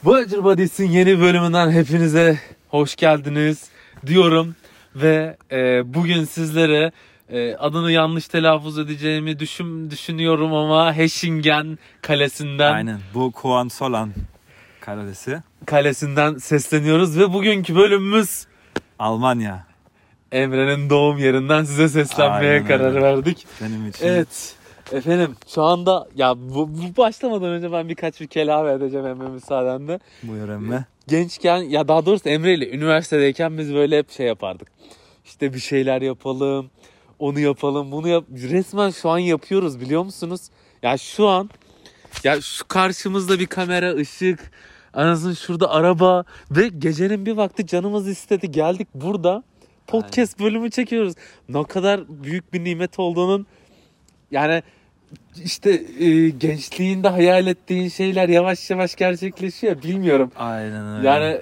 Voyager Bodies'in yeni bölümünden hepinize hoş geldiniz diyorum ve bugün sizlere adını yanlış telaffuz edeceğimi düşünüyorum ama Heşingen Kalesi'nden aynen bu Kuansolan kalesinden sesleniyoruz ve bugünkü bölümümüz Almanya. Emre'nin doğum yerinden size seslenmeye Aynen karar öyle. verdik. Benim için. Evet. Efendim şu anda ya bu başlamadan önce ben birkaç bir kelam edeceğim Emre müsaadenle. Buyur Emre. Gençken ya daha doğrusu Emre ile üniversitedeyken biz böyle hep şey yapardık. İşte bir şeyler yapalım, onu yapalım, bunu yap. Resmen şu an yapıyoruz biliyor musunuz? Ya şu an ya şu karşımızda bir kamera, ışık, anasını şurada araba ve gecenin bir vakti canımız istedi geldik burada podcast bölümü çekiyoruz. Ne kadar büyük bir nimet olduğunun yani işte gençliğinde hayal ettiğin şeyler yavaş yavaş gerçekleşiyor. Bilmiyorum. Aynen öyle. Yani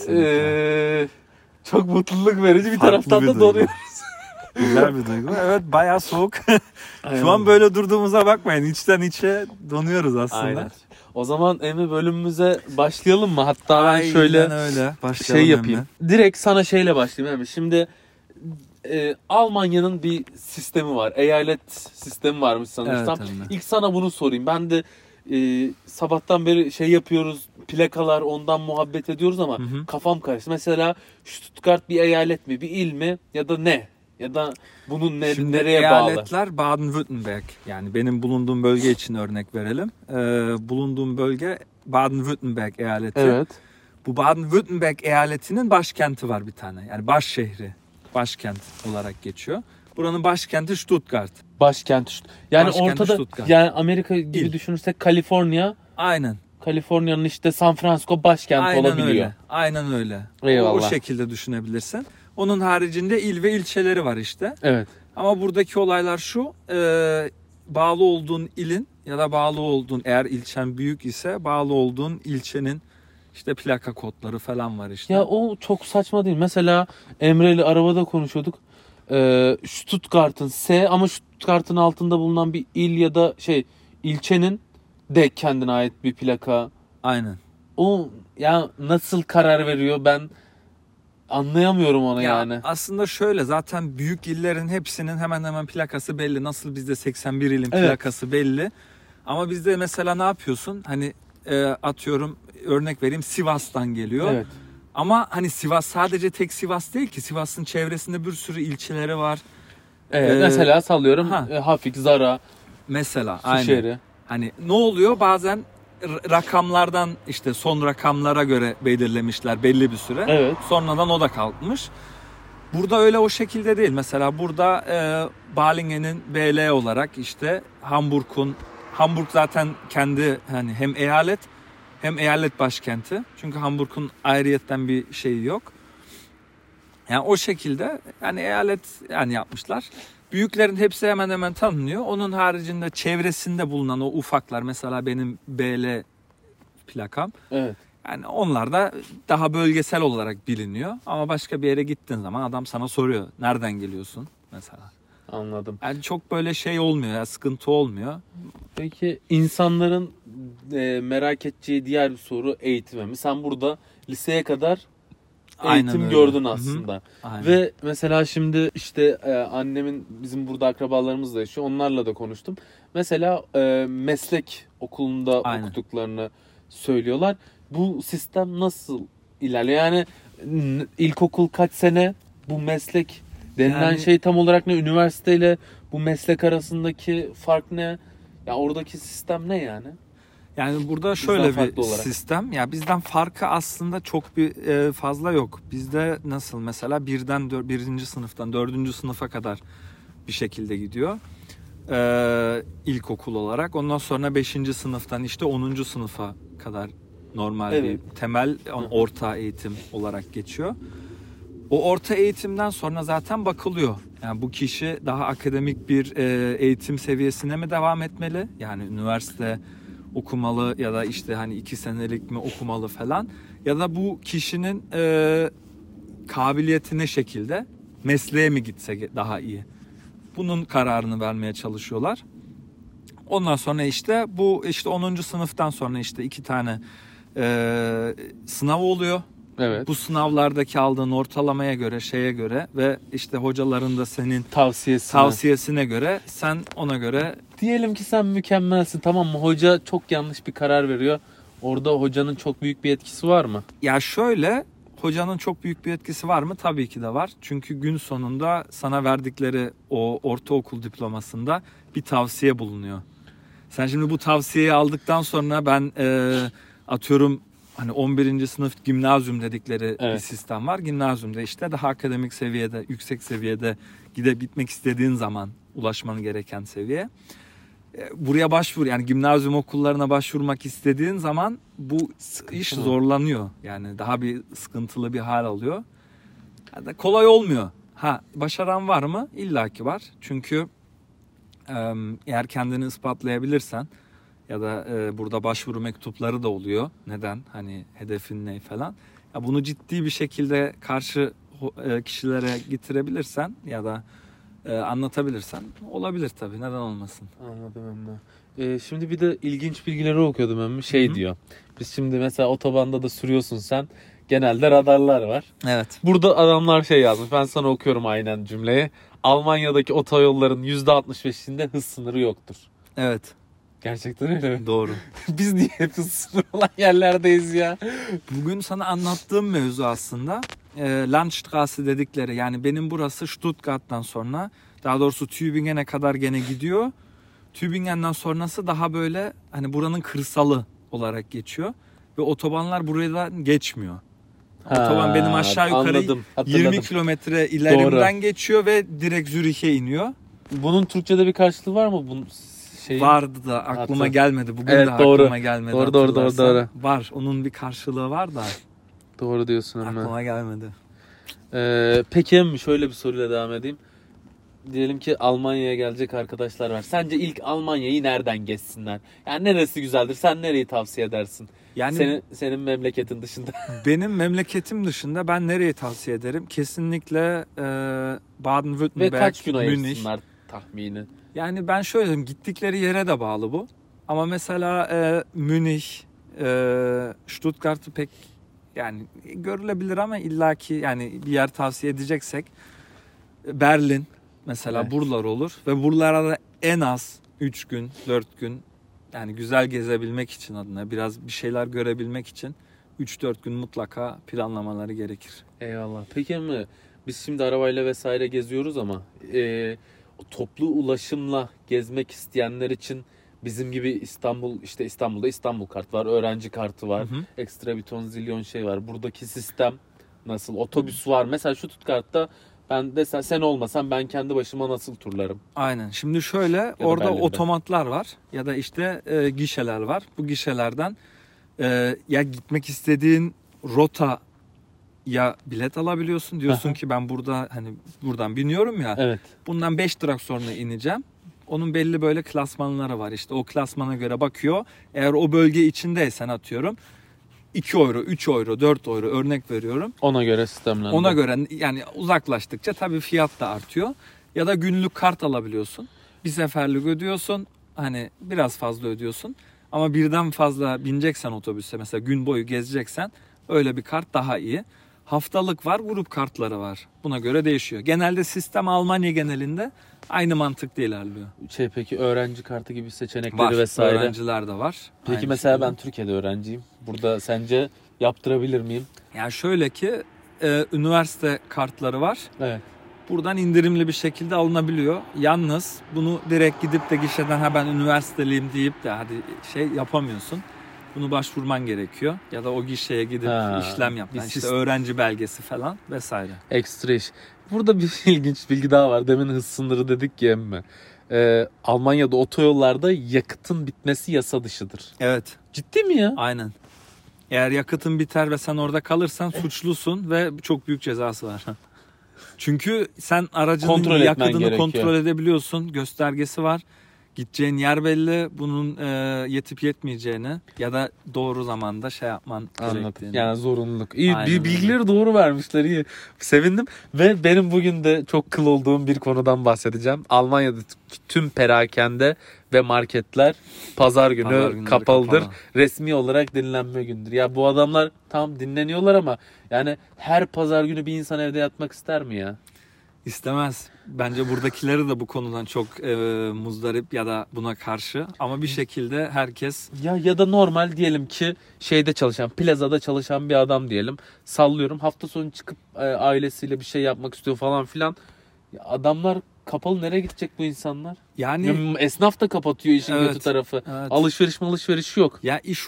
çok mutluluk verici bir taraftan da donuyoruz. Güzel bir duygu. Evet bayağı soğuk. Şu an böyle durduğumuza bakmayın. İçten içe donuyoruz aslında. Aynen. O zaman Emre bölümümüze başlayalım mı? Hatta ben Aynen şöyle öyle. şey yapayım. Direkt sana şeyle başlayayım Emre. Şimdi Almanya'nın bir sistemi var. Eyalet sistemi varmış sanırsam. Evet, İlk sana bunu sorayım. Ben de sabahtan beri şey yapıyoruz. Plakalar ondan muhabbet ediyoruz ama kafam karıştı. Mesela Stuttgart bir eyalet mi? Bir il mi? Ya da ne? Ya da bunun nereye bağlı? Eyaletler Baden-Württemberg. Yani benim bulunduğum bölge için örnek verelim. Bulunduğum bölge Baden-Württemberg eyaleti. Evet. Bu Baden-Württemberg eyaletinin başkenti var bir tane. Yani baş şehri. Başkent olarak geçiyor. Buranın başkenti Stuttgart. Başkent. Yani Başkenti ortada Stuttgart. yani Amerika gibi İl. düşünürsek Kaliforniya. Aynen. Kaliforniya'nın işte San Francisco başkenti Aynen olabiliyor. öyle. Aynen öyle. Eyvallah. O şekilde düşünebilirsin. Onun haricinde il ve ilçeleri var işte. Evet. Ama buradaki olaylar şu. Bağlı olduğun ilin ya da bağlı olduğun eğer ilçen büyük ise bağlı olduğun ilçenin işte plaka kodları falan var işte. Ya o çok saçma değil. Mesela Emre ile arabada konuşuyorduk. Stuttgart'ın S ama Stuttgart'ın altında bulunan bir il ya da ilçenin de kendine ait bir plaka. Aynen. O ya nasıl karar veriyor ben anlayamıyorum onu yani. Aslında şöyle zaten büyük illerin hepsinin hemen hemen plakası belli. Nasıl bizde 81 ilin plakası belli. Ama bizde mesela ne yapıyorsun? Hani atıyorum örnek vereyim Sivas'tan geliyor. Evet. Ama hani Sivas sadece tek Sivas değil ki. Sivas'ın çevresinde bir sürü ilçeleri var. Evet, mesela sallıyorum Hafik, Zara, mesela Şişeri. aynen. Hani ne oluyor bazen rakamlardan işte son rakamlara göre belirlemişler belli bir süre. Evet. Sonradan o da kalkmış. Burada öyle o şekilde değil. Mesela burada Balingen'in BL olarak işte Hamburg zaten kendi hani hem eyalet başkenti. Çünkü Hamburg'un ayrıyetten bir şeyi yok. Yani o şekilde yani eyalet yani yapmışlar. Büyüklerin hepsi hemen hemen tanınıyor. Onun haricinde çevresinde bulunan o ufaklar mesela benim BL plakam. Evet. Yani onlar da daha bölgesel olarak biliniyor. Ama başka bir yere gittiğin zaman adam sana soruyor. Nereden geliyorsun mesela? Anladım. Yani çok böyle şey olmuyor ya, sıkıntı olmuyor. Peki insanların merak edeceği diğer bir soru eğitimi mi? Sen burada liseye kadar eğitim gördün aslında. Ve mesela şimdi işte annemin bizim burada akrabalarımız da yaşıyor. Onlarla da konuştum. Mesela meslek okulunda okuduklarını söylüyorlar. Bu sistem nasıl ilerliyor? Yani ilkokul kaç sene bu meslek denilen şey tam olarak ne? Üniversiteyle bu meslek arasındaki fark ne? Ya oradaki sistem ne yani? Yani burada Bizden şöyle farklı bir olarak. sistem. Ya bizden farkı aslında çok bir fazla yok. Bizde nasıl mesela birinci sınıftan 4. sınıfa kadar bir şekilde gidiyor. İlkokul olarak. Ondan sonra 5. sınıftan işte 10. sınıfa kadar normal bir temel orta eğitim olarak geçiyor. O orta eğitimden sonra zaten bakılıyor. Yani bu kişi daha akademik bir eğitim seviyesine mi devam etmeli? Yani üniversite okumalı ya da işte hani 2 senelik mi okumalı falan. Ya da bu kişinin kabiliyeti ne şekilde? Mesleğe mi gitse daha iyi? Bunun kararını vermeye çalışıyorlar. Ondan sonra işte bu işte 10. sınıftan sonra işte 2 tane Sınav oluyor. Evet. Bu sınavlardaki aldığın ortalamaya göre, şeye göre ve işte hocaların da senin tavsiyesine göre sen ona göre... Diyelim ki sen mükemmelsin, tamam mı? Hoca çok yanlış bir karar veriyor. Orada hocanın çok büyük bir etkisi var mı? Ya şöyle, hocanın çok büyük bir etkisi var mı? Tabii ki de var. Çünkü gün sonunda sana verdikleri o ortaokul diplomasında bir tavsiye bulunuyor. Sen şimdi bu tavsiyeyi aldıktan sonra ben atıyorum hani 11. sınıf gimnazyum dedikleri bir sistem var. Gimnazyumda işte daha akademik seviyede, yüksek seviyede gitmek istediğin zaman ulaşman gereken seviye. Buraya başvur, yani gimnazyum okullarına başvurmak istediğin zaman bu iş zorlanıyor. Yani daha bir sıkıntılı bir hal alıyor. Yani kolay olmuyor. Başaran var mı? İlla ki var. Çünkü eğer kendini ispatlayabilirsen ya da burada başvuru mektupları da oluyor. Neden? Hani hedefin ne falan. Ya bunu ciddi bir şekilde karşı kişilere getirebilirsen ya da anlatabilirsen olabilir tabii. Neden olmasın? Anladım Emre. Şimdi bir de ilginç bilgileri okuyordum Emre. Hı-hı. Diyor. Biz şimdi mesela otobanda da sürüyorsun sen. Genelde radarlar var. Evet. Burada adamlar yazmış. Ben sana okuyorum aynen cümleyi. Almanya'daki otoyolların %65'inde hız sınırı yoktur. Evet. Gerçekten öyle mi? Doğru. Biz niye hep hız sınırı olan yerlerdeyiz ya? Bugün sana anlattığım mevzu aslında Landstraße dedikleri, yani benim burası Stuttgart'tan sonra, daha doğrusu Tübingen'e kadar gene gidiyor. Tübingen'den sonrası daha böyle hani buranın kırsalı olarak geçiyor ve otobanlar buradan geçmiyor. Otoban benim aşağı yukarı hatırladım. 20 kilometre ilerimden geçiyor ve direkt Zürih'e iniyor. Bunun Türkçe'de bir karşılığı var mı? Bunun vardı da aklıma gelmedi. Bugün de aklıma gelmedi. Doğru. Var. Onun bir karşılığı var da. Doğru diyorsun Emre. Aklıma gelmedi. Peki Emre, şöyle bir soruyla devam edeyim. Diyelim ki Almanya'ya gelecek arkadaşlar var. Sence ilk Almanya'yı nereden geçsinler? Yani neresi güzeldir? Sen nereyi tavsiye edersin? Yani senin memleketin dışında. Benim memleketim dışında ben nereyi tavsiye ederim? Kesinlikle Baden-Württemberg, ve kaç gün ayırsınlar tahmini? Yani ben şöyle diyeyim, gittikleri yere de bağlı bu. Ama mesela Münih, Stuttgart'ı pek yani görülebilir ama illaki yani bir yer tavsiye edeceksek Berlin mesela, buralar olur ve buralara da en az 3 gün 4 gün yani güzel gezebilmek için, adına biraz bir şeyler görebilmek için 3-4 gün mutlaka planlamaları gerekir. Eyvallah. Peki mi biz şimdi arabayla vesaire geziyoruz ama toplu ulaşımla gezmek isteyenler için bizim gibi İstanbul'da İstanbul kart var, öğrenci kartı var, ekstra bir ton zilyon şey var. Buradaki sistem nasıl? Otobüs var. Mesela şu Stuttgart'ta ben de sen olmasan ben kendi başıma nasıl turlarım? Aynen. Şimdi şöyle orada Berlin'de otomatlar var ya da işte gişeler var. Bu gişelerden ya gitmek istediğin rota ya bilet alabiliyorsun. Diyorsun ki ben burada hani buradan biniyorum ya. Evet. Bundan 5 durak sonra ineceğim. Onun belli böyle klasmanları var. İşte o klasmana göre bakıyor. Eğer o bölge içindeysen atıyorum 2 euro, 3 euro, 4 euro örnek veriyorum. Ona göre sistemlendi. Ona göre yani uzaklaştıkça tabii fiyat da artıyor. Ya da günlük kart alabiliyorsun. Bir seferlik ödüyorsun. Hani biraz fazla ödüyorsun. Ama birden fazla bineceksen otobüse, mesela gün boyu gezeceksen öyle bir kart daha iyi. Haftalık var, grup kartları var. Buna göre değişiyor. Genelde sistem Almanya genelinde aynı mantıkla ilerliyor. Peki öğrenci kartı gibi seçenekleri vesaire. Öğrenciler de var. Peki aynı mesela şekilde. Ben Türkiye'de öğrenciyim. Burada sence yaptırabilir miyim? Yani şöyle ki üniversite kartları var. Evet. Buradan indirimli bir şekilde alınabiliyor. Yalnız bunu direkt gidip de gişeden ben üniversiteliyim deyip de hadi yapamıyorsun. Bunu başvurman gerekiyor. Ya da o gişeye gidip işlem yapman. İşte öğrenci belgesi falan vesaire. Ekstra iş. Burada bir ilginç bilgi daha var. Demin hız sınırı dedik ya emme. Almanya'da otoyollarda yakıtın bitmesi yasa dışıdır. Evet. Ciddi mi ya? Aynen. Eğer yakıtın biter ve sen orada kalırsan suçlusun ve çok büyük cezası var. Çünkü sen aracının yakıtını kontrol edebiliyorsun. Göstergesi var. Gideceğin yer belli, bunun yetip yetmeyeceğini ya da doğru zamanda şey yapman gerektiğini. Yani zorunluluk. İyi, bilgileri doğru vermişler, iyi. Sevindim ve benim bugün de çok kıl olduğum bir konudan bahsedeceğim. Almanya'da tüm perakende ve marketler pazar günü kapalıdır. Kapalı. Resmi olarak dinlenme gündür. Ya bu adamlar tam dinleniyorlar ama yani her pazar günü bir insan evde yatmak ister mi ya? İstemez. Bence buradakileri de bu konudan çok muzdarip ya da buna karşı. Ama bir şekilde herkes... Ya da normal diyelim ki şeyde çalışan, plazada çalışan bir adam diyelim. Sallıyorum, hafta sonu çıkıp ailesiyle bir şey yapmak istiyor falan filan. Ya adamlar kapalı, nereye gidecek bu insanlar? Yani ya esnaf da kapatıyor, işin kötü tarafı. Evet. Alışveriş yok. Ya iş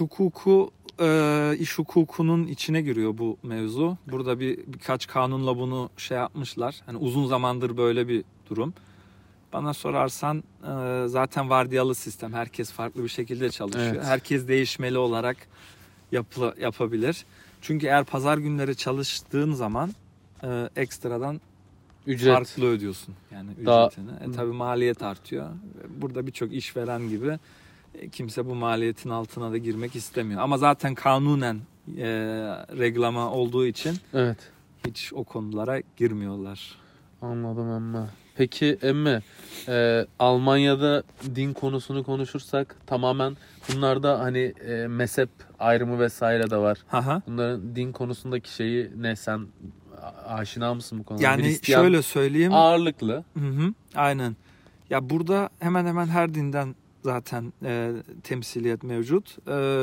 hukukunun içine giriyor bu mevzu. Burada birkaç kanunla bunu şey yapmışlar. Hani uzun zamandır böyle bir durum. Bana sorarsan zaten vardiyalı sistem. Herkes farklı bir şekilde çalışıyor. Evet. Herkes değişmeli olarak yapabilir. Çünkü eğer pazar günleri çalıştığın zaman ekstradan ücret farklı ödüyorsun. Yani ücretini. Tabii maliyet artıyor. Burada birçok işveren gibi kimse bu maliyetin altına da girmek istemiyor. Ama zaten kanunen reglama olduğu için evet, hiç o konulara girmiyorlar. Anladım ama. Peki emme, Almanya'da din konusunu konuşursak tamamen bunlarda hani mezhep ayrımı vesaire de var. Aha. Bunların din konusundaki şeyi ne, sen aşina mısın bu konuda? Yani Hristiyan şöyle söyleyeyim. Ağırlıklı. Hı, aynen. Ya burada hemen hemen her dinden zaten temsiliyet mevcut.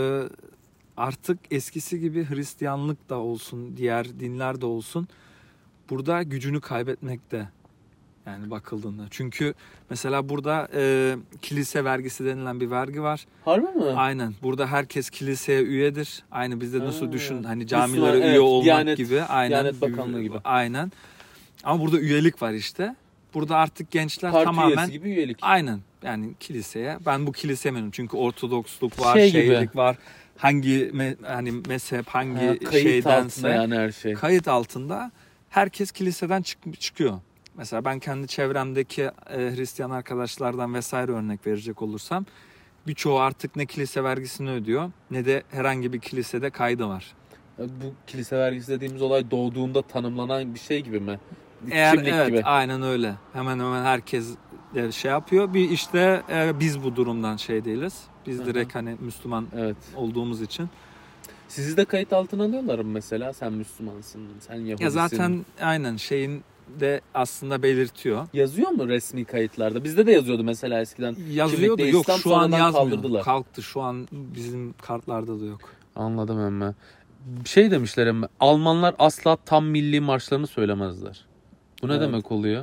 Artık eskisi gibi Hristiyanlık da olsun, diğer dinler de olsun, burada gücünü kaybetmekte. Yani bakıldığında. Çünkü mesela burada kilise vergisi denilen bir vergi var. Harbi mi? Aynen. Burada herkes kiliseye üyedir. Aynı bizde nasıl düşün, hani camilere Müslüman, üye olmak Diyanet, gibi. Aynen. Diyanet Bakanlığı gibi. Aynen. Ama burada üyelik var işte. Burada artık gençler parti tamamen üyesi gibi üyelik. Aynen. Yani kiliseye. Ben bu kiliseye memnunum. Çünkü Ortodoksluk var, şeylik var. Hangi hani mezhep, hangi kayıt şeydense altında, yani her şey. Kayıt altında herkes kiliseden çıkıyor. Mesela ben kendi çevremdeki Hristiyan arkadaşlardan vesaire örnek verecek olursam, birçoğu artık ne kilise vergisini ödüyor ne de herhangi bir kilisede kaydı var. Bu kilise vergisi dediğimiz olay doğduğunda tanımlanan bir şey gibi mi? Evet gibi. Aynen öyle. Hemen hemen herkes şey yapıyor. Bir işte biz bu durumdan şey değiliz. Biz direkt hani Müslüman olduğumuz için. Sizi de kayıt altına alıyorlar mı mesela? Sen Müslümansın, sen Yahudisin. Ya zaten aynen şeyin de aslında belirtiyor. Yazıyor mu resmi kayıtlarda? Bizde de yazıyordu mesela eskiden. Yazıyordu. Yok şu an yazmıyor. Kalktı. Şu an bizim kartlarda da yok. Anladım emme. Şey demişler emme. Almanlar asla tam milli marşlarını söylemezler. Bu ne demek oluyor?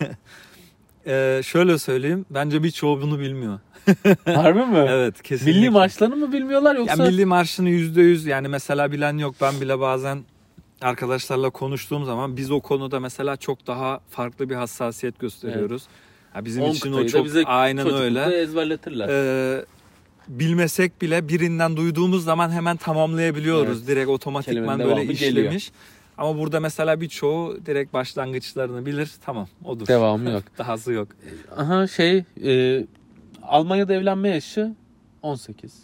Şöyle söyleyeyim. Bence birçoğu bunu bilmiyor. Harbi mi? Evet, kesinlikle. Milli marşlarını mı bilmiyorlar yoksa? Ya milli marşını %100, yani mesela bilen yok. Ben bile bazen arkadaşlarla konuştuğum zaman biz o konuda mesela çok daha farklı bir hassasiyet gösteriyoruz. Evet. Ya bizim için o çok aynen öyle. Ezberletirler. Bilmesek bile birinden duyduğumuz zaman hemen tamamlayabiliyoruz. Evet. Direkt otomatikman böyle işlemiş. Geliyor. Ama burada mesela birçoğu direkt başlangıçlarını bilir. Tamam, odur. Devamı yok. Dahası yok. Aha Almanya'da evlenme yaşı 18.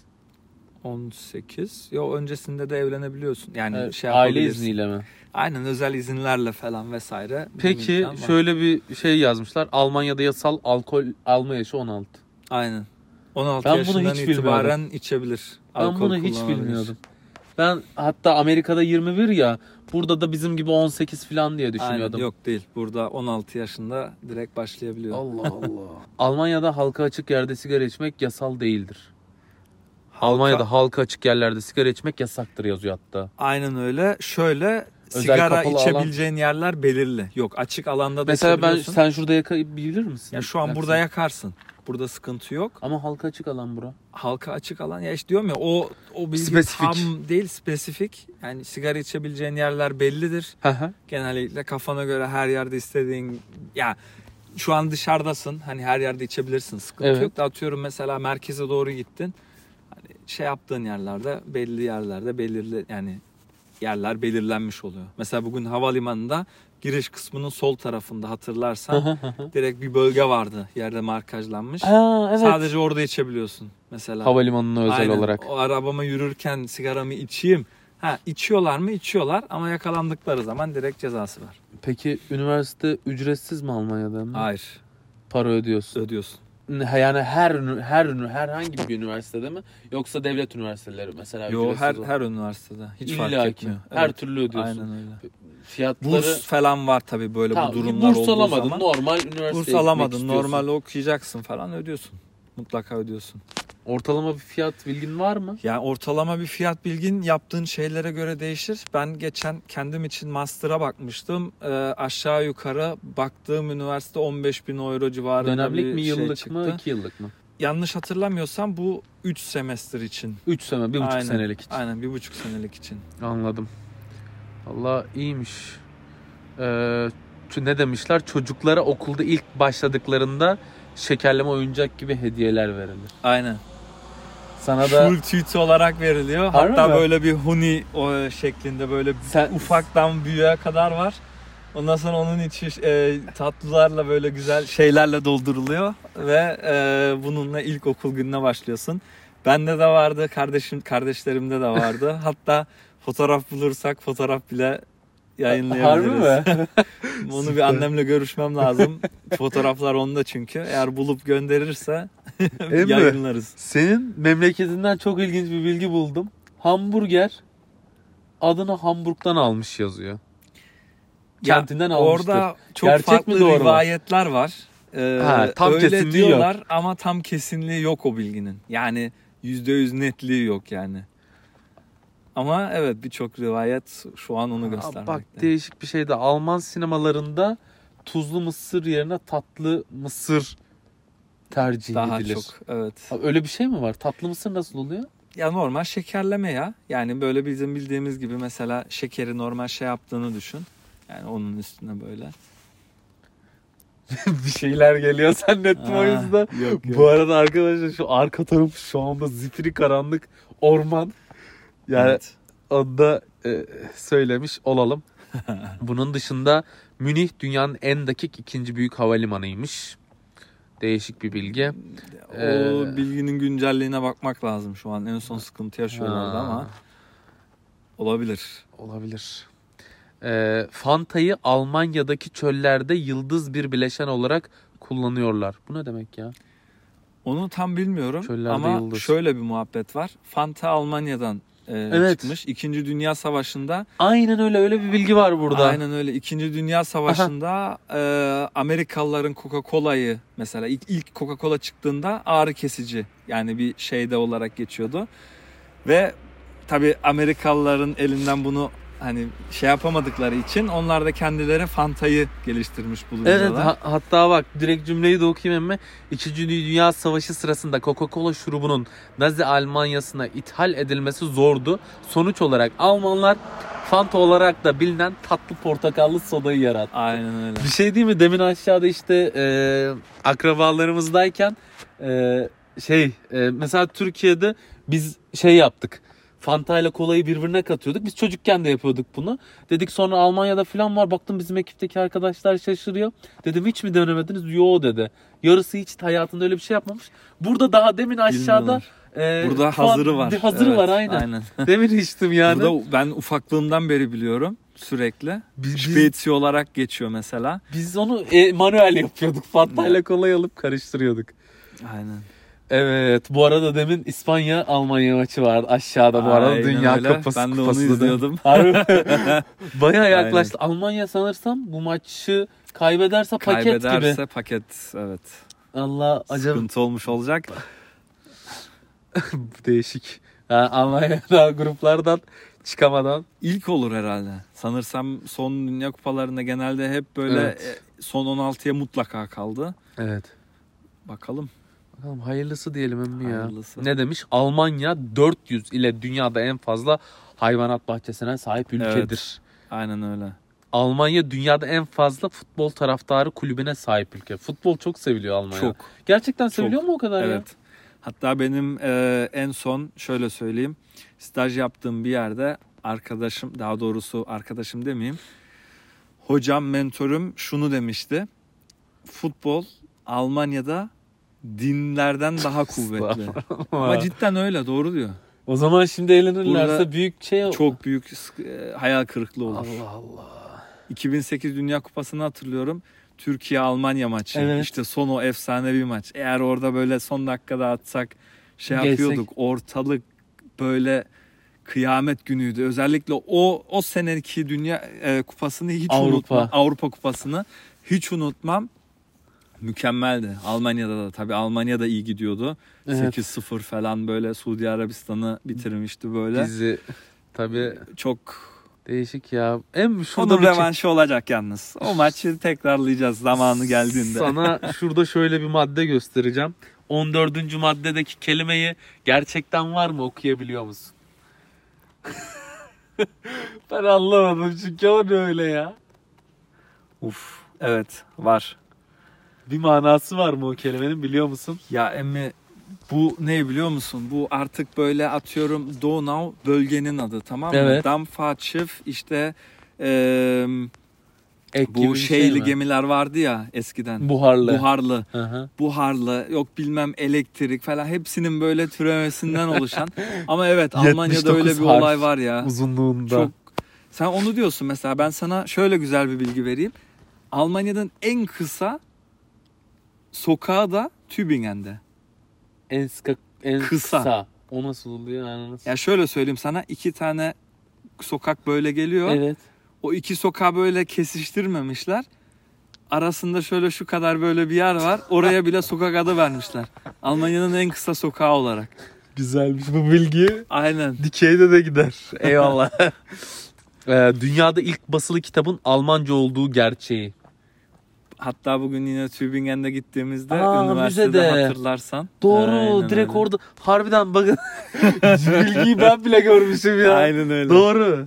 18. Yo, öncesinde de evlenebiliyorsun. Yani aile izniyle mi? Aynen, özel izinlerle falan vesaire. Peki şöyle bir şey yazmışlar. Almanya'da yasal alkol alma yaşı 16. Aynen. 16 yaşından itibaren içebilir. Ben bunu hiç bilmiyordum. Ben hatta Amerika'da 21 ya, burada da bizim gibi 18 falan diye düşünüyordum. Aynen, yok değil. Burada 16 yaşında direkt başlayabiliyor. Allah Allah. Almanya'da halka açık yerde sigara içmek yasal değildir. Almanya'da halka açık yerlerde sigara içmek yasaktır yazıyor hatta. Aynen öyle. Şöyle özel sigara içebileceğin yerler belirli. Yok, açık alanda da mesela sen şurada yakabilir misin? Ya şu an burada yakarsın. Burada sıkıntı yok. Ama halka açık alan bura. Halka açık alan, ya işte diyorum ya, o bilgi tam değil, spesifik. Yani sigara içebileceğin yerler bellidir. Genellikle kafana göre her yerde istediğin, ya şu an dışarıdasın, hani her yerde içebilirsin, sıkıntı yok da atıyorum mesela merkeze doğru gittin. Hani şey yaptığın yerlerde, belli yerlerde belirli, yani yerler belirlenmiş oluyor. Mesela bugün havalimanında giriş kısmının sol tarafında hatırlarsan direkt bir bölge vardı. Yerde markajlanmış. Evet. Sadece orada içebiliyorsun mesela. Havalimanına özel Aynen. olarak. O arabama yürürken sigaramı içeyim. İçiyorlar mı? İçiyorlar ama yakalandıkları zaman direkt cezası var. Peki üniversite ücretsiz mi Almanya'da? Hayır. Para ödüyorsun. Ödüyorsun. Yani herhangi bir üniversitede mi? Yoksa devlet üniversiteleri mesela? Yok, her üniversitede. Hiç fark etmiyor. Her türlü ödüyorsun. Aynen öyle. Fiyatları... Burs falan var tabii böyle bu durumlar olduğu zaman. Burs alamadın, normal üniversiteye burs alamadın, normal okuyacaksın falan, ödüyorsun. Mutlaka ödüyorsun. Ortalama bir fiyat bilgin var mı? Yani ortalama bir fiyat bilgin yaptığın şeylere göre değişir. Ben geçen kendim için master'a bakmıştım. Aşağı yukarı baktığım üniversite 15.000 euro civarında dönemlik bir mi, şey yıllık çıktı. mı, 2 yıllık mı? Yanlış hatırlamıyorsam bu 3 semester için. 3 sene, 1,5 senelik için. Aynen, 1,5 senelik için. Anladım. Vallahi iyiymiş. Ne demişler? Çocuklara okulda ilk başladıklarında şekerleme, oyuncak gibi hediyeler verilir. Aynen. Sana da full tütü olarak veriliyor. Harbi hatta mi? Böyle bir huni şeklinde böyle ufaktan büyüğe kadar var. Ondan sonra onun içi tatlılarla böyle güzel şeylerle dolduruluyor ve bununla ilkokul gününe başlıyorsun. Bende de vardı, kardeşlerimde de vardı. Hatta fotoğraf bulursak fotoğraf bile yayınlayabiliriz. Harbi mi? Onu bir annemle görüşmem lazım. Fotoğraflar onda çünkü. Eğer bulup gönderirse yayınlarız. Senin memleketinden çok ilginç bir bilgi buldum. Hamburger adını Hamburg'dan almış yazıyor. Kentinden almıştır. Orada çok gerçek farklı mi, doğru rivayetler var. Tam öyle kesinliği diyorlar yok. ama tam kesinliği yok o bilginin. Yani %100 netliği yok yani. Ama evet, birçok rivayet şu an onu göstermekte. Bak, değişik bir şey de Alman sinemalarında tuzlu mısır yerine tatlı mısır tercih daha edilir. çok, evet. Öyle bir şey mi var? Tatlı mısır nasıl oluyor? Ya normal şekerleme ya. Yani böyle bizim bildiğimiz gibi mesela şekeri normal şey yaptığını düşün. Yani onun üstüne böyle. Bir şeyler geliyor zannettim o yüzden. Yok. Bu arada arkadaşlar şu arka taraf şu anda zifiri karanlık orman. Yani Evet. onu da söylemiş olalım. Bunun dışında Münih dünyanın en dakik ikinci büyük havalimanıymış. Değişik bir bilgi. O bilginin güncelliğine bakmak lazım şu an. En son sıkıntı yaşıyorlardı ama olabilir. Olabilir. Fanta'yı Almanya'daki çöllerde yıldız bir bileşen olarak kullanıyorlar. Bu ne demek ya? Onu tam bilmiyorum. Çöllerde ama yıldız. şöyle bir muhabbet var. Fanta Almanya'dan çıkmış. İkinci Dünya Savaşı'nda. Aynen öyle bir bilgi var burada. Aynen öyle. İkinci Dünya Savaşı'nda Amerikalıların Coca-Cola'yı mesela ilk Coca-Cola çıktığında ağrı kesici yani bir şeyde olarak geçiyordu. Ve tabii Amerikalıların elinden bunu hani şey yapamadıkları için onlar da kendileri Fanta'yı geliştirmiş bulunuyorlar. Evet, hatta bak direkt cümleyi de okuyayım emme. İkinci Dünya Savaşı sırasında Coca-Cola şurubunun Nazi Almanya'sına ithal edilmesi zordu. Sonuç olarak Almanlar Fanta olarak da bilinen tatlı portakallı sodayı yarattı. Aynen öyle. Bir şey değil mi? Demin aşağıda işte akrabalarımızdayken mesela Türkiye'de biz şey yaptık. Fanta ile kolayı birbirine katıyorduk. Biz çocukken de yapıyorduk bunu. Dedik sonra Almanya'da falan var. Baktım bizim ekipteki arkadaşlar şaşırıyor. Dedim hiç mi denemediniz? Yo dedi. Yarısı hiç hayatında öyle bir şey yapmamış. Burada daha demin aşağıda burada hazırı var. Hazırı var aynen. Demin içtim yani. Burada ben ufaklığımdan beri biliyorum sürekli. Spätzi olarak geçiyor mesela. Biz onu manuel yapıyorduk. Fanta ile kolayı alıp karıştırıyorduk. Aynen. Evet, bu arada demin İspanya Almanya maçı vardı aşağıda bu arada. Dünya Kupası. Ben de onu izliyordum. Bayağı yaklaştı. Aynen. Almanya sanırsam bu maçı kaybederse paket evet. Allah acaba sıkıntı olmuş olacak. Değişik. Yani Almanya'da gruplardan çıkamadan ilk olur herhalde. Sanırsam son Dünya Kupalarında genelde hep böyle son 16'ya mutlaka kaldı. Evet. Bakalım. Hayırlısı diyelim emmi ya. Ne demiş? Almanya 400 ile dünyada en fazla hayvanat bahçesine sahip ülkedir. Evet, aynen öyle. Almanya dünyada en fazla futbol taraftarı kulübüne sahip ülke. Futbol çok seviliyor Almanya. Çok. Gerçekten seviliyor mu o kadar ya? Evet. Hatta benim en son şöyle söyleyeyim. Staj yaptığım bir yerde arkadaşım, daha doğrusu arkadaşım demeyeyim, hocam, mentorum şunu demişti: futbol Almanya'da dinlerden daha kuvvetli. Ama cidden öyle, doğru diyor. O zaman şimdi eğlenirlerse Burada büyük şey, çok büyük hayal kırıklığı olur. Allah Allah. 2008 Dünya Kupası'nı hatırlıyorum. Türkiye-Almanya maçı. Evet. İşte son o efsanevi maç. Eğer orada böyle son dakikada atsak Geçsek. yapıyorduk. Ortalık böyle kıyamet günüydü. Özellikle o seneki Dünya Kupası'nı hiç unutmam. Avrupa Kupası'nı hiç unutmam. Mükemmeldi. Almanya'da da tabii, Almanya da iyi gidiyordu. Evet. 8-0 falan böyle Suudi Arabistan'ı bitirmişti böyle. Bizi tabii çok değişik ya. Onun revanşı olacak yalnız. O maçı tekrarlayacağız zamanı geldiğinde. Sana şurada şöyle bir madde göstereceğim. 14. maddedeki kelimeyi gerçekten var mı, okuyabiliyor musun? Ben anlamadım çünkü o ne öyle ya. Evet, var. Bir manası var mı o kelimenin, biliyor musun? Ya emmi, bu ne biliyor musun? Bu artık böyle atıyorum Donau bölgenin adı, tamam mı? Evet. Dampfschiff işte bu şeyli gemiler vardı ya eskiden. Buharlı. Buharlı, yok bilmem elektrik falan, hepsinin böyle türemesinden oluşan. Ama evet, Almanya'da öyle bir olay var ya. Uzunluğunda. Çok. Sen onu diyorsun mesela, ben sana şöyle güzel bir bilgi vereyim. Almanya'nın en kısa sokağı da Tübingen'de. En kısa. O nasıl oluyor? Yani ya şöyle söyleyeyim sana, 2 tane sokak böyle geliyor. Evet. O 2 sokağı böyle kesiştirmemişler. Arasında şöyle şu kadar böyle bir yer var. Oraya bile sokak adı vermişler. Almanya'nın en kısa sokağı olarak. Güzelmiş bu bilgi. Aynen. Dikeyde de gider. Eyvallah. Dünyada ilk basılı kitabın Almanca olduğu gerçeği. Hatta bugün yine Tübingen'de gittiğimizde üniversitede hatırlarsan. Doğru. Aynen direkt öyle. Orada. Harbiden bakın. Bilgiyi ben bile görmüşüm ya. Aynen öyle. Doğru.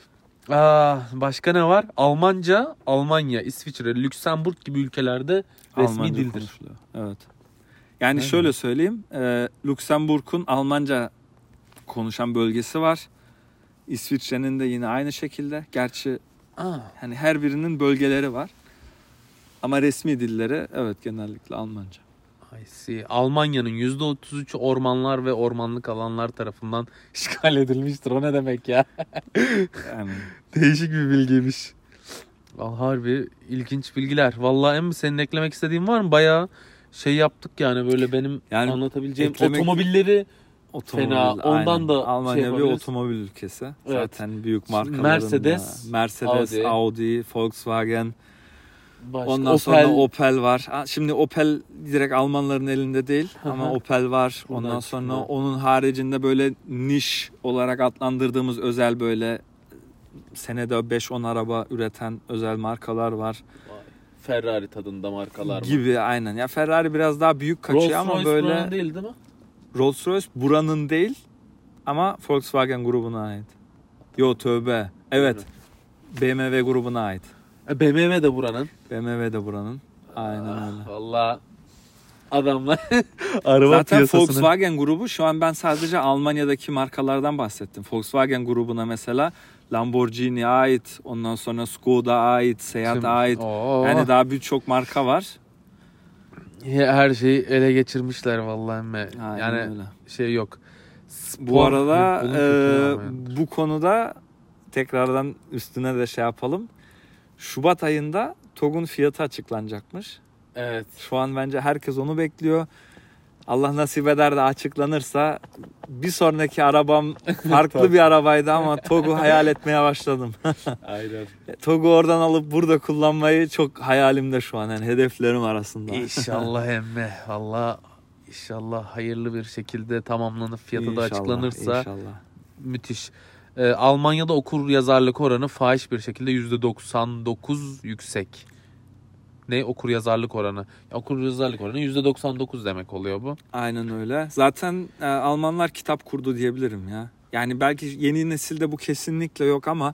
Başka ne var? Almanca, Almanya, İsviçre, Lüksemburg gibi ülkelerde resmi Almanca dildir. Konuşuluyor. Evet. Yani şöyle söyleyeyim. Lüksemburg'un Almanca konuşan bölgesi var. İsviçre'nin de yine aynı şekilde. Gerçi hani her birinin bölgeleri var. Ama resmi dilleri evet genellikle Almanca. I see. Almanya'nın %33'ü ormanlar ve ormanlık alanlar tarafından işgal edilmiştir. O ne demek ya? Yani değişik bir bilgiymiş. Harbi ilginç bilgiler. Vallahi emmi, senin eklemek istediğin var mı? Bayağı şey yaptık yani, böyle benim anlatabileceğim otomobilleri fena. Ondan aynen. da Almanya bir otomobil ülkesi. Evet. Zaten büyük markaların Mercedes, Audi, Volkswagen. Ondan sonra Opel var. Şimdi Opel direkt Almanların elinde değil ama Opel var. Ondan sonra onun haricinde böyle niş olarak adlandırdığımız özel, böyle senede 5-10 araba üreten özel markalar var. Ferrari tadında markalar gibi, aynen. Ya Ferrari biraz daha büyük kaçıyor ama böyle. Rolls-Royce değil mi? Rolls-Royce buranın değil ama Volkswagen grubuna ait. Yo tövbe. Evet. BMW grubuna ait. BMW de buranın. BMW de buranın. Aynen öyle. Vallahi adamlar araba zaten piyasasını... Volkswagen grubu, şu an ben sadece Almanya'daki markalardan bahsettim. Volkswagen grubuna mesela Lamborghini ait, ondan sonra Skoda ait, Seat ait. Yani daha birçok marka var. Her şeyi ele geçirmişler vallahi. Yani öyle. Şey yok. Bu arada bu konuda tekrardan üstüne de şey yapalım. Şubat ayında TOG'un fiyatı açıklanacakmış. Evet. Şu an bence herkes onu bekliyor. Allah nasip eder de açıklanırsa bir sonraki arabam farklı bir arabaydı ama TOG'u hayal etmeye başladım. Aynen. TOG'u oradan alıp burada kullanmayı çok hayalimde şu an. Yani hedeflerim arasında. İnşallah emme. Allah inşallah hayırlı bir şekilde tamamlanıp fiyatı da açıklanırsa inşallah. Müthiş. Almanya'da okur yazarlık oranı fahiş bir şekilde %99 yüksek. Ne okur yazarlık oranı? Okur yazarlık oranı %99 demek oluyor bu. Aynen öyle. Zaten Almanlar kitap kurdu diyebilirim ya. Yani belki yeni nesilde bu kesinlikle yok ama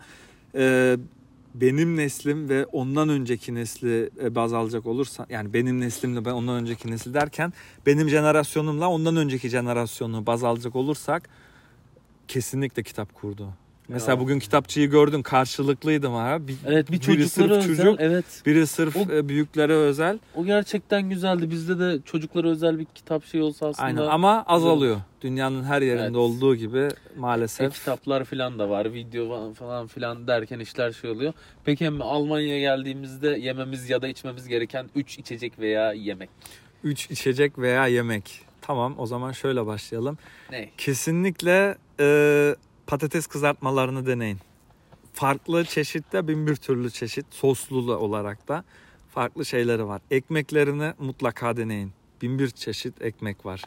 benim neslim ve ondan önceki nesli baz alacak olursa, yani benim neslimle ben ondan önceki nesil derken benim jenerasyonumla ondan önceki jenerasyonu baz alacak olursak kesinlikle kitap kurdu. Mesela Ya. bugün kitapçıyı gördün, karşılıklıydı mı? Evet, bir biri çocuklara sırf özel. çocuk, Evet. biri sırf büyüklere özel. O gerçekten güzeldi. Bizde de çocuklara özel bir kitap şey olsa aslında. Aynen, ama azalıyor. Dünyanın her yerinde Evet. olduğu gibi maalesef. Kitaplar falan da var. Video falan filan derken işler şey oluyor. Peki hem Almanya'ya geldiğimizde yememiz ya da içmemiz gereken 3 içecek veya yemek. 3 içecek veya yemek. Tamam, o zaman şöyle başlayalım. Ne? Kesinlikle patates kızartmalarını deneyin. Farklı çeşitte, bin bir türlü çeşit, soslu olarak da farklı şeyleri var. Ekmeklerini mutlaka deneyin. Bin bir çeşit ekmek var.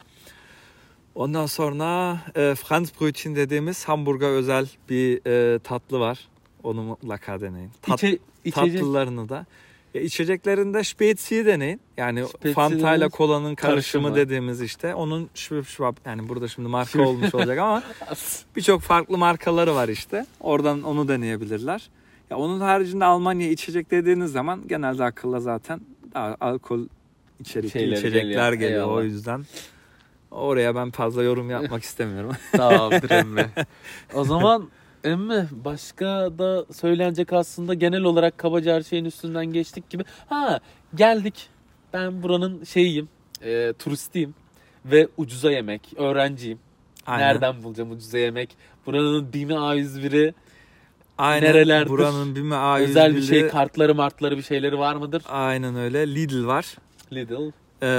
Ondan sonra Franzbrötchen dediğimiz Hamburg'a özel bir tatlı var. Onu mutlaka deneyin. Tatlılarını da. İçeceklerinde Spezi'yi deneyin. Yani Fanta ile kolanın karışımı dediğimiz işte. Onun şvab, yani burada şimdi marka olmuş olacak ama birçok farklı markaları var işte. Oradan onu deneyebilirler. Ya onun haricinde Almanya içecek dediğiniz zaman genelde akılla zaten daha alkol içerikli içecekler geliyor. O yüzden oraya ben fazla yorum yapmak istemiyorum. Tamamdır emmi. O zaman emmi başka da söylenecek aslında genel olarak kabaca her şeyin üstünden geçtik gibi. Geldik. Ben buranın şeyiyim. Turistiyim. Ve ucuza yemek. Öğrenciyim. Aynen. Nereden bulacağım ucuza yemek? Buranın BİM'i A101'i nerelerdir? Buranın BİM'i A101'i. Özel bir şey, kartları bir şeyleri var mıdır? Aynen öyle. Lidl var. Lidl.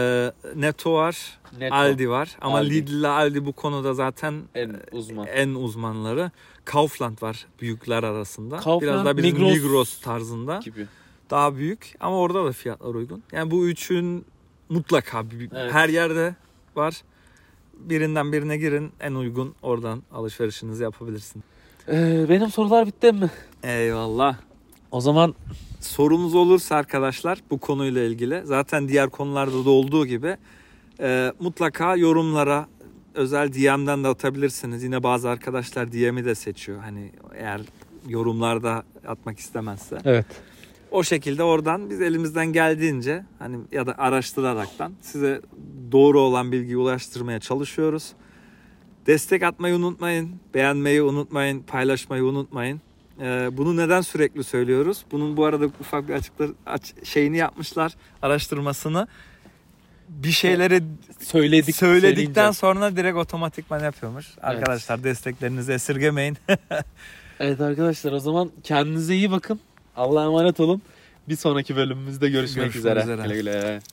Netto var. Aldi var. Ama Lidl ile Aldi bu konuda zaten en uzmanları. Kaufland var büyükler arasında. Kaufland, biraz daha bizim Migros tarzında. Gibi. Daha büyük ama orada da fiyatlar uygun. Yani bu üçün mutlaka her yerde var. Birinden birine girin, en uygun oradan alışverişinizi yapabilirsin. Benim sorular bitti mi? Eyvallah. O zaman sorunuz olursa arkadaşlar bu konuyla ilgili, zaten diğer konularda da olduğu gibi mutlaka yorumlara özel DM'den de atabilirsiniz. Yine bazı arkadaşlar DM'i de seçiyor. Hani eğer yorumlarda atmak istemezse. Evet. O şekilde oradan biz elimizden geldiğince hani ya da araştıraraktan size doğru olan bilgiyi ulaştırmaya çalışıyoruz. Destek atmayı unutmayın, beğenmeyi unutmayın, paylaşmayı unutmayın. Bunu neden sürekli söylüyoruz? Bunun bu arada ufak bir şeyini yapmışlar, araştırmasını. Bir şeyleri söyledikten sonra direkt otomatikman yapıyormuş. Evet. Arkadaşlar desteklerinizi esirgemeyin. Evet arkadaşlar, o zaman kendinize iyi bakın. Allah'a emanet olun. Bir sonraki bölümümüzde görüşmek üzere. Güle güle.